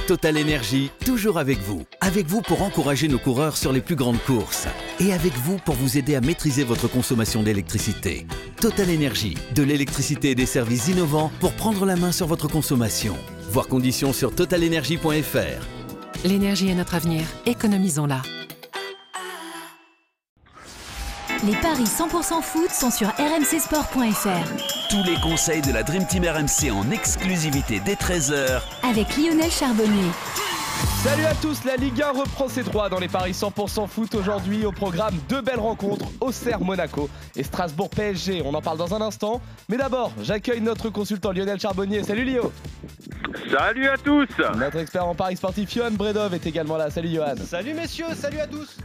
Total Énergie, toujours avec vous. Avec vous pour encourager nos coureurs sur les plus grandes courses. Et avec vous pour vous aider à maîtriser votre consommation d'électricité. Total Énergie, de l'électricité et des services innovants pour prendre la main sur votre consommation. Voir conditions sur totalenergie.fr. L'énergie est notre avenir, économisons-la. Les paris 100% foot sont sur rmcsport.fr. Tous les conseils de la Dream Team RMC en exclusivité dès 13h Avec Lionel Charbonnier. Salut à tous, la Ligue 1 reprend ses droits dans les paris 100% foot. Aujourd'hui au programme, deux belles rencontres, Auxerre-Monaco et Strasbourg-PSG. On en parle dans un instant. Mais d'abord, j'accueille notre consultant Lionel Charbonnier. Salut Lio. Salut à tous. Notre expert en paris sportif Johan Bredov est également là. Salut Johan. Salut messieurs, salut à tous.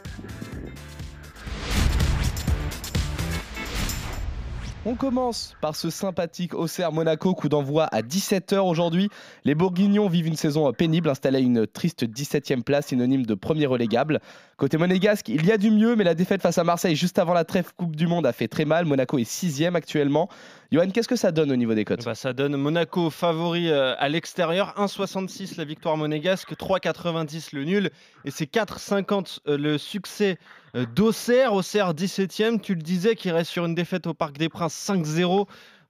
On commence par ce sympathique Auxerre-Monaco, coup d'envoi à 17h aujourd'hui. Les Bourguignons vivent une saison pénible, installée à une triste 17e place, synonyme de premier relégable. Côté monégasque, il y a du mieux, mais la défaite face à Marseille juste avant la trêve Coupe du Monde a fait très mal. Monaco est 6e actuellement. Johan, qu'est-ce que ça donne au niveau des cotes ? Ça donne Monaco favori à l'extérieur, 1,66 la victoire monégasque, 3,90 le nul et c'est 4,50 le succès d'Auxerre. Auxerre 17e, tu le disais, qui reste sur une défaite au Parc des Princes 5-0.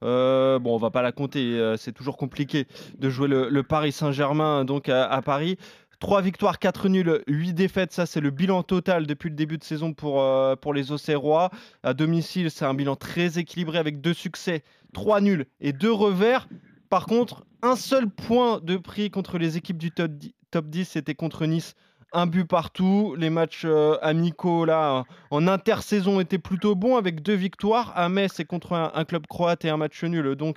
On va pas la compter, c'est toujours compliqué de jouer le Paris Saint-Germain donc à Paris. 3 victoires, 4 nuls, 8 défaites, ça c'est le bilan total depuis le début de saison pour les Auxerrois. À domicile, c'est un bilan très équilibré avec 2 succès, 3 nuls et 2 revers. Par contre, un seul point de prix contre les équipes du top 10, c'était contre Nice. Un but partout. Les matchs amicaux là, en intersaison étaient plutôt bons avec 2 victoires. À Metz, c'est contre un club croate et un match nul donc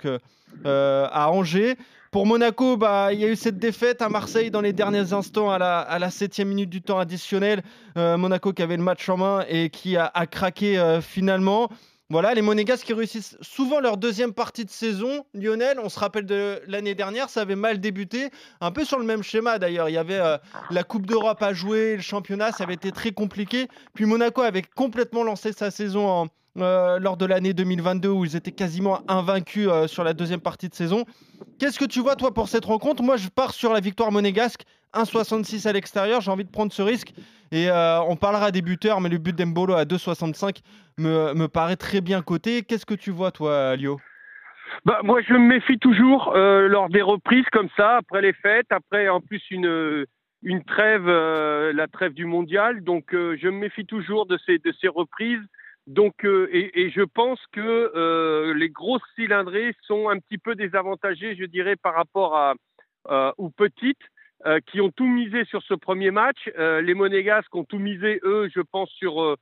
à Angers. Pour Monaco, il y a eu cette défaite à Marseille dans les derniers instants à la 7e minute du temps additionnel. Monaco qui avait le match en main et qui a craqué finalement. Voilà, les Monégasques qui réussissent souvent leur deuxième partie de saison. Lionel, on se rappelle de l'année dernière, ça avait mal débuté. Un peu sur le même schéma d'ailleurs. Il y avait la Coupe d'Europe à jouer, le championnat, ça avait été très compliqué. Puis Monaco avait complètement lancé sa saison lors de l'année 2022 où ils étaient quasiment invaincus sur la deuxième partie de saison. Qu'est-ce que tu vois toi pour cette rencontre ? Moi je pars sur la victoire monégasque, 1,66 à l'extérieur, j'ai envie de prendre ce risque. Et on parlera des buteurs, mais le but d'Embolo à 2,65 me paraît très bien coté. Qu'est-ce que tu vois toi Lio ? Moi je me méfie toujours lors des reprises comme ça, après les fêtes, après en plus une trêve, la trêve du mondial. Donc je me méfie toujours de ces reprises. Donc, et je pense que les grosses cylindrées sont un petit peu désavantagées, je dirais, par rapport aux petites qui ont tout misé sur ce premier match. Les Monégasques ont tout misé, eux, je pense, sur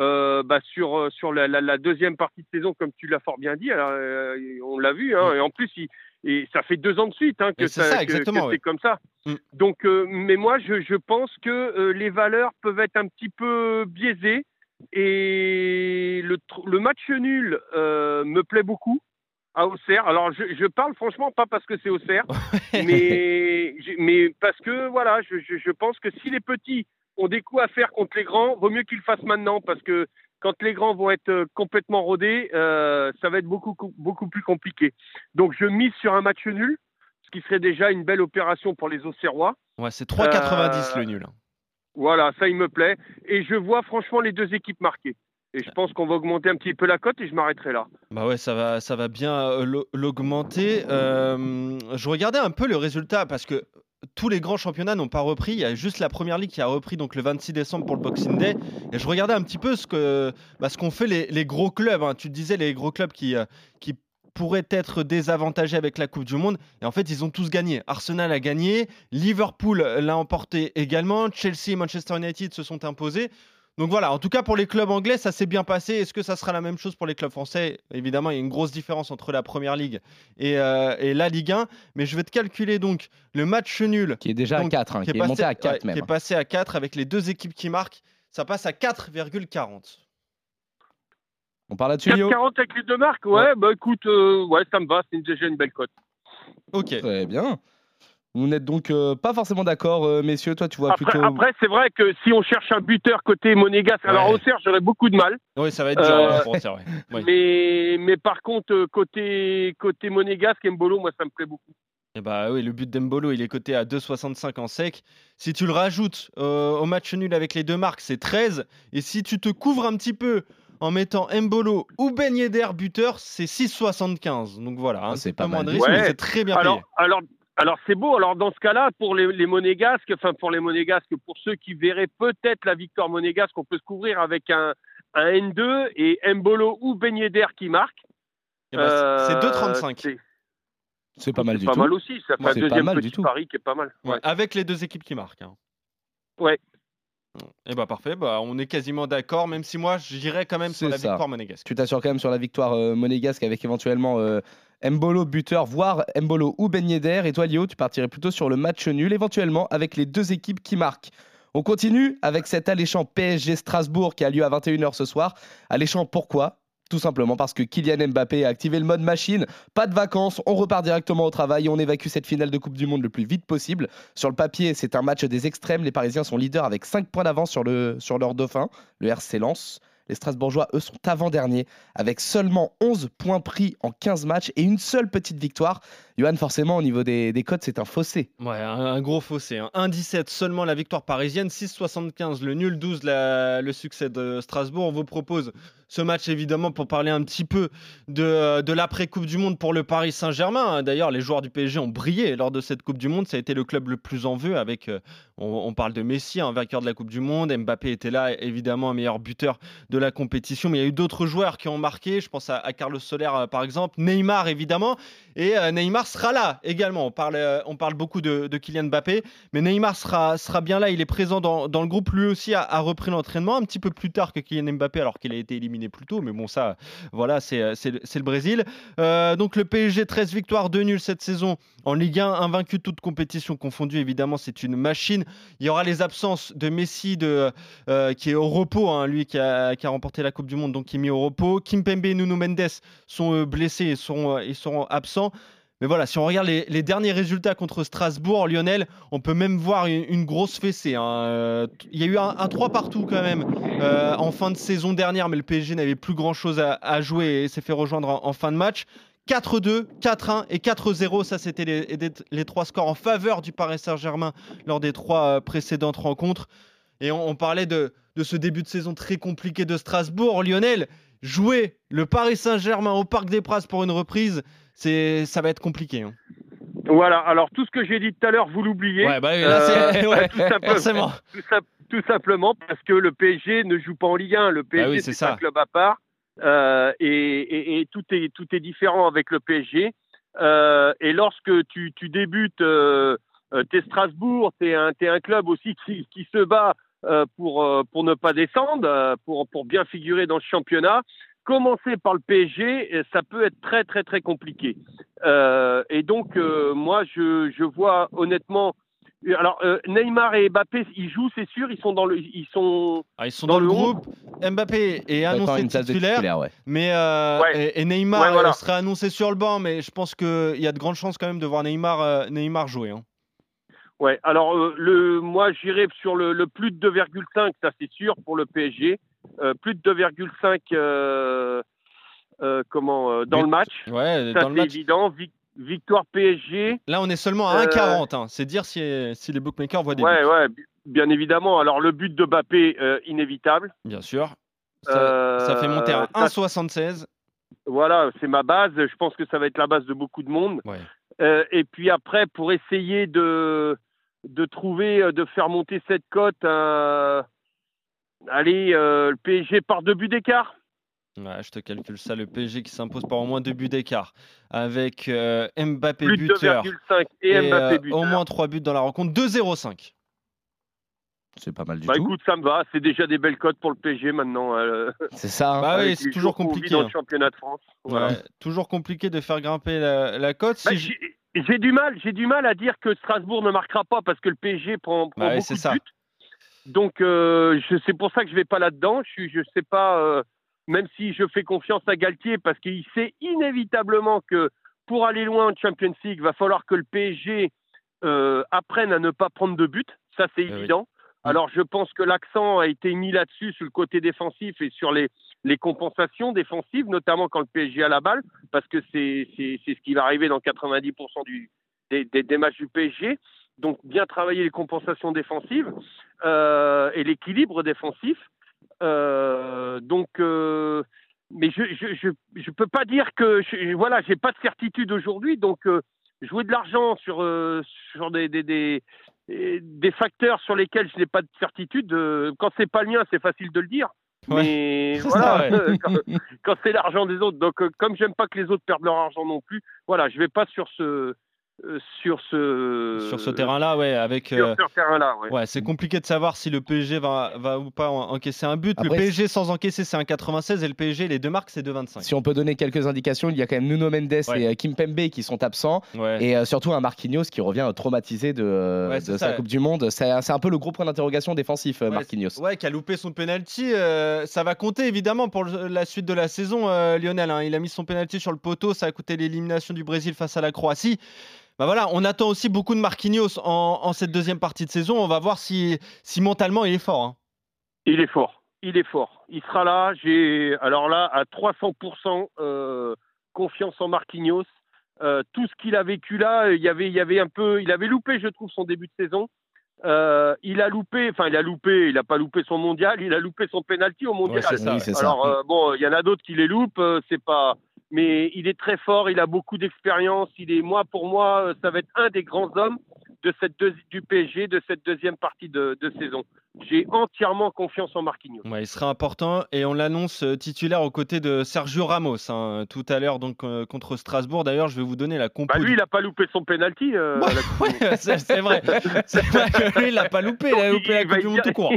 la deuxième partie de saison, comme tu l'as fort bien dit. Alors, on l'a vu, hein, et en plus, et ça fait 2 ans de suite que c'est comme ça. Donc, mais moi, je pense que les valeurs peuvent être un petit peu biaisées. Et le match nul me plaît beaucoup à Auxerre. Alors je parle franchement pas parce que c'est Auxerre, mais parce que voilà, je pense que si les petits ont des coups à faire contre les grands, vaut mieux qu'ils le fassent maintenant, parce que quand les grands vont être complètement rodés, ça va être beaucoup plus compliqué. Donc je mise sur un match nul, ce qui serait déjà une belle opération pour les Auxerrois. Ouais, c'est 3,90 le nul. Voilà, ça il me plaît. Et je vois franchement les 2 équipes marquées. Et je pense qu'on va augmenter un petit peu la cote et je m'arrêterai là. Bah ouais, ça va bien l'augmenter. Je regardais un peu le résultat parce que tous les grands championnats n'ont pas repris. Il y a juste la Première Ligue qui a repris donc le 26 décembre pour le Boxing Day. Et je regardais un petit peu ce qu'ont fait les gros clubs. Hein. Tu te disais les gros clubs qui pourraient être désavantagés avec la Coupe du Monde. Et en fait, ils ont tous gagné. Arsenal a gagné. Liverpool l'a emporté également. Chelsea et Manchester United se sont imposés. Donc voilà, en tout cas pour les clubs anglais, ça s'est bien passé. Est-ce que ça sera la même chose pour les clubs français ? Évidemment, il y a une grosse différence entre la Première Ligue et la Ligue 1. Mais je vais te calculer donc le match nul. Qui est déjà à 4, qui est monté à 4 même. Qui est passé à 4 avec les 2 équipes qui marquent. Ça passe à 4,40. On parle là-dessus, Lio ? 4,40 avec les 2 marques ? Écoute, ça me va, c'est déjà une belle cote. Ok. Très bien. Vous n'êtes donc pas forcément d'accord, messieurs. Toi, tu vois plutôt... Après, c'est vrai que si on cherche un buteur côté monégasque, alors Auxerre, j'aurais beaucoup de mal. Oui, ça va être dur pour Auxerre. Oui. Mais par contre, côté monégasque, Mbolo, moi, ça me plaît beaucoup. Et bah oui, le but d'Embolo, il est coté à 2,65 en sec. Si tu le rajoutes au match nul avec les deux marques, c'est 13. Et si tu te couvres un petit peu en mettant Mbolo ou Ben Yedder buteur, c'est 6,75. Donc voilà, c'est pas pas moins de mal. risque, mais c'est très bien payé. Alors c'est beau. Alors dans ce cas-là, pour les monégasques, pour ceux qui verraient peut-être la victoire monégasque, on peut se couvrir avec un N2 et Mbolo ou Ben Yedder qui marque. C'est 2,35. C'est pas mal du tout. C'est pas mal aussi. Ça fait un deuxième petit pari qui est pas mal. Ouais, avec les deux équipes qui marquent. Ouais. Et bah parfait, on est quasiment d'accord, même si moi j'irais quand même sur la victoire monégasque. Tu t'assures quand même sur la victoire monégasque avec éventuellement Mbolo buteur, voire Mbolo ou Ben Yedder. Et toi Lio, tu partirais plutôt sur le match nul, éventuellement avec les deux équipes qui marquent. On continue avec cet alléchant PSG Strasbourg qui a lieu à 21h ce soir. Alléchant pourquoi ? Tout simplement parce que Kylian Mbappé a activé le mode machine. Pas de vacances, on repart directement au travail et on évacue cette finale de Coupe du Monde le plus vite possible. Sur le papier, c'est un match des extrêmes. Les Parisiens sont leaders avec 5 points d'avance sur leur dauphin, le RC Lens. Les Strasbourgeois, eux, sont avant-derniers avec seulement 11 points pris en 15 matchs et une seule petite victoire. Johan, forcément, au niveau des cotes, c'est un fossé. Ouais, un gros fossé. 1,17 seulement la victoire parisienne, 6,75 le nul, 12 le succès de Strasbourg. On vous propose ce match, évidemment, pour parler un petit peu de l'après-Coupe du Monde pour le Paris Saint-Germain. D'ailleurs, les joueurs du PSG ont brillé lors de cette Coupe du Monde. Ça a été le club le plus en vue avec, on parle de Messi, un vainqueur de la Coupe du Monde. Mbappé était là, évidemment, un meilleur buteur de la compétition. Mais il y a eu d'autres joueurs qui ont marqué. Je pense à Carlos Soler, par exemple. Neymar, évidemment. Et Neymar sera là également. On parle beaucoup de Kylian Mbappé. Mais Neymar sera bien là. Il est présent dans le groupe. Lui aussi a repris l'entraînement un petit peu plus tard que Kylian Mbappé, alors qu'il a été éliminé plus tôt. Mais bon, ça, voilà, c'est le Brésil. Donc le PSG, 13 victoires, 2 nuls cette saison. En Ligue 1, invaincu toutes compétitions confondues. Évidemment, c'est une machine. Il y aura les absences de Messi qui est au repos, lui qui a remporté la Coupe du Monde, donc qui est mis au repos. Kimpembe et Nuno Mendes sont blessés et seront absents. Mais voilà, si on regarde les derniers résultats contre Strasbourg, Lionel, on peut même voir une grosse fessée. Il y a eu un 3 partout quand même en fin de saison dernière, mais le PSG n'avait plus grand-chose à jouer et s'est fait rejoindre en fin de match. 4-2, 4-1 et 4-0, ça c'était les 3 scores en faveur du Paris Saint-Germain lors des 3 précédentes rencontres. Et on parlait de ce début de saison très compliqué de Strasbourg. Lionel, jouer le Paris Saint-Germain au Parc des Princes pour une reprise, ça va être compliqué. Voilà, alors tout ce que j'ai dit tout à l'heure, vous l'oubliez. Ouais, là, tout simplement parce que le PSG ne joue pas en Ligue 1. Le PSG, c'est un club à part. Et tout est différent avec le PSG. Et lorsque tu débutes, t'es Strasbourg, t'es un club aussi qui se bat pour ne pas descendre, pour bien figurer dans ce championnat. Commencer par le PSG, ça peut être très très très compliqué. Et donc moi je vois honnêtement. Alors Neymar et Mbappé, ils jouent, c'est sûr, ils sont dans le groupe. Mbappé est annoncé titulaire, ouais. Mais et Neymar serait annoncé sur le banc, mais je pense qu'il y a de grandes chances quand même de voir Neymar jouer. Ouais. Alors moi j'irais sur le plus de 2,5, ça c'est sûr pour le PSG. Plus de 2,5 dans le match. Ouais, ça dans le match. C'est évident. Victoire PSG. Là, on est seulement à 1,40. C'est dire si les bookmakers voient des buts. Ouais, bien évidemment. Alors, le but de Mbappé, inévitable. Bien sûr. Ça fait monter à 1,76. Voilà, c'est ma base. Je pense que ça va être la base de beaucoup de monde. Ouais. Et puis après, pour essayer de faire monter cette cote, le PSG par 2 buts d'écart. Ouais, je te calcule ça, le PSG qui s'impose par au moins 2 buts d'écart avec Mbappé plus buteur 2,5 et Mbappé buteur. Au moins 3 buts dans la rencontre, 2,05. C'est pas mal du tout. Écoute, ça me va, c'est déjà des belles cotes pour le PSG maintenant. C'est ça. Bah oui, c'est toujours compliqué dans le championnat de France. Voilà. Ouais, toujours compliqué de faire grimper la cote. J'ai du mal à dire que Strasbourg ne marquera pas parce que le PSG prend beaucoup de buts. Donc c'est pour ça que je vais pas là-dedans. Je sais pas. Même si je fais confiance à Galtier parce qu'il sait inévitablement que pour aller loin en Champions League, il va falloir que le PSG apprenne à ne pas prendre de but. Ça, c'est évident. Oui. Alors, je pense que l'accent a été mis là-dessus, sur le côté défensif et sur les compensations défensives, notamment quand le PSG a la balle, parce que c'est ce qui va arriver dans 90% des matchs du PSG. Donc bien travailler les compensations défensives et l'équilibre défensif. Mais je peux pas dire que j'ai pas de certitude aujourd'hui. Donc jouer de l'argent sur des facteurs sur lesquels je n'ai pas de certitude. Quand c'est pas le mien, c'est facile de le dire. Mais voilà, quand c'est l'argent des autres. Donc comme j'aime pas que les autres perdent leur argent non plus, voilà, je vais pas sur ce terrain-là, avec sur ce terrain-là, c'est compliqué de savoir si le PSG va ou pas encaisser un but. Après, le PSG sans encaisser, c'est un 96 et le PSG, les deux marques, c'est 2,25. Si on peut donner quelques indications, il y a quand même Nuno Mendes et Kimpembe qui sont absents et surtout un Marquinhos qui revient traumatisé de sa Coupe du Monde. C'est un peu le gros point d'interrogation défensif, Marquinhos. Qui a loupé son penalty. Ça va compter évidemment pour la suite de la saison, Lionel. Il a mis son penalty sur le poteau, ça a coûté l'élimination du Brésil face à la Croatie. On attend aussi beaucoup de Marquinhos en cette deuxième partie de saison. On va voir si mentalement il est fort. Il est fort. Il sera là. J'ai à 300% confiance en Marquinhos. Tout ce qu'il a vécu là, il avait un peu, il avait loupé, je trouve, son début de saison. Il a loupé. Il n'a pas loupé son mondial. Il a loupé son penalty au mondial. C'est ça. Il y en a d'autres qui les loupent. C'est pas. Mais il est très fort, il a beaucoup d'expérience. Pour moi, ça va être un des grands hommes du PSG de cette deuxième partie de saison. J'ai entièrement confiance en Marquinhos. Il sera important et on l'annonce titulaire aux côtés de Sergio Ramos tout à l'heure contre Strasbourg. D'ailleurs, je vais vous donner la compo. Lui, il n'a pas loupé son penalty. C'est vrai. C'est vrai que lui, il l'a pas loupé. Il a loupé la Coupe du Monde tout court.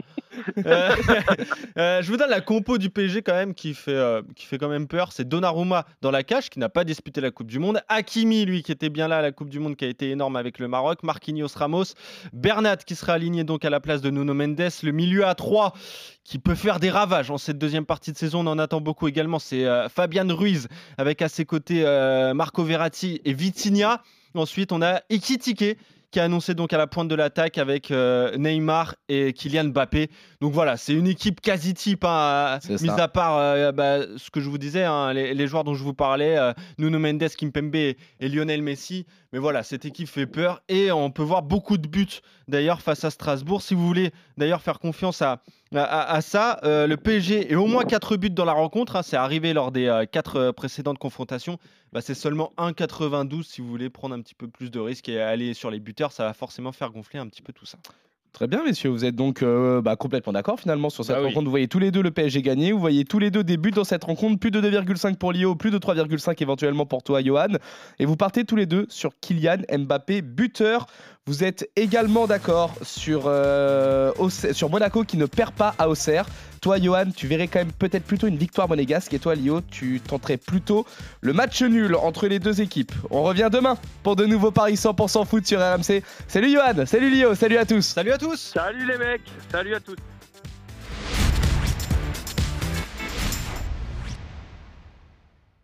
Je vous donne la compo du PSG quand même qui fait quand même peur. C'est Donnarumma dans la cage qui n'a pas disputé la Coupe du Monde. Hakimi, lui, qui était bien là à la Coupe du Monde, qui a été énorme avec le Maroc. Marquinhos, Ramos, Bernat qui sera aligné donc à la place de Nuno Mendes. Le milieu à 3 qui peut faire des ravages en cette deuxième partie de saison. On en attend beaucoup également. C'est Fabian Ruiz avec à ses côtés Marco Verratti et Vitinha. Ensuite, on a Ekitike qui a annoncé donc à la pointe de l'attaque avec Neymar et Kylian Mbappé. Donc voilà, c'est une équipe quasi type, mis à part ce que je vous disais, les joueurs dont je vous parlais, Nuno Mendes, Kimpembe et Lionel Messi. Mais voilà, cette équipe fait peur et on peut voir beaucoup de buts d'ailleurs face à Strasbourg. Si vous voulez d'ailleurs faire confiance à ça, le PSG est au moins 4 buts dans la rencontre. C'est arrivé lors des 4 précédentes confrontations. C'est seulement 1,92 si vous voulez prendre un petit peu plus de risques et aller sur les buteurs. Ça va forcément faire gonfler un petit peu tout ça. Très bien, messieurs, vous êtes donc complètement d'accord finalement sur cette rencontre. Vous voyez tous les deux le PSG gagner, vous voyez tous les deux des buts dans cette rencontre, plus de 2,5 pour Lio, plus de 3,5 éventuellement pour toi, Johan. Et vous partez tous les deux sur Kylian Mbappé, buteur. Vous êtes également d'accord sur Monaco qui ne perd pas à Auxerre. Toi, Johan, tu verrais quand même peut-être plutôt une victoire monégasque. Et toi, Lio, tu tenterais plutôt le match nul entre les deux équipes. On revient demain pour de nouveaux paris 100% foot sur RMC. Salut Johan, salut Lio, salut à tous. Salut à tous. Salut les mecs, salut à tous.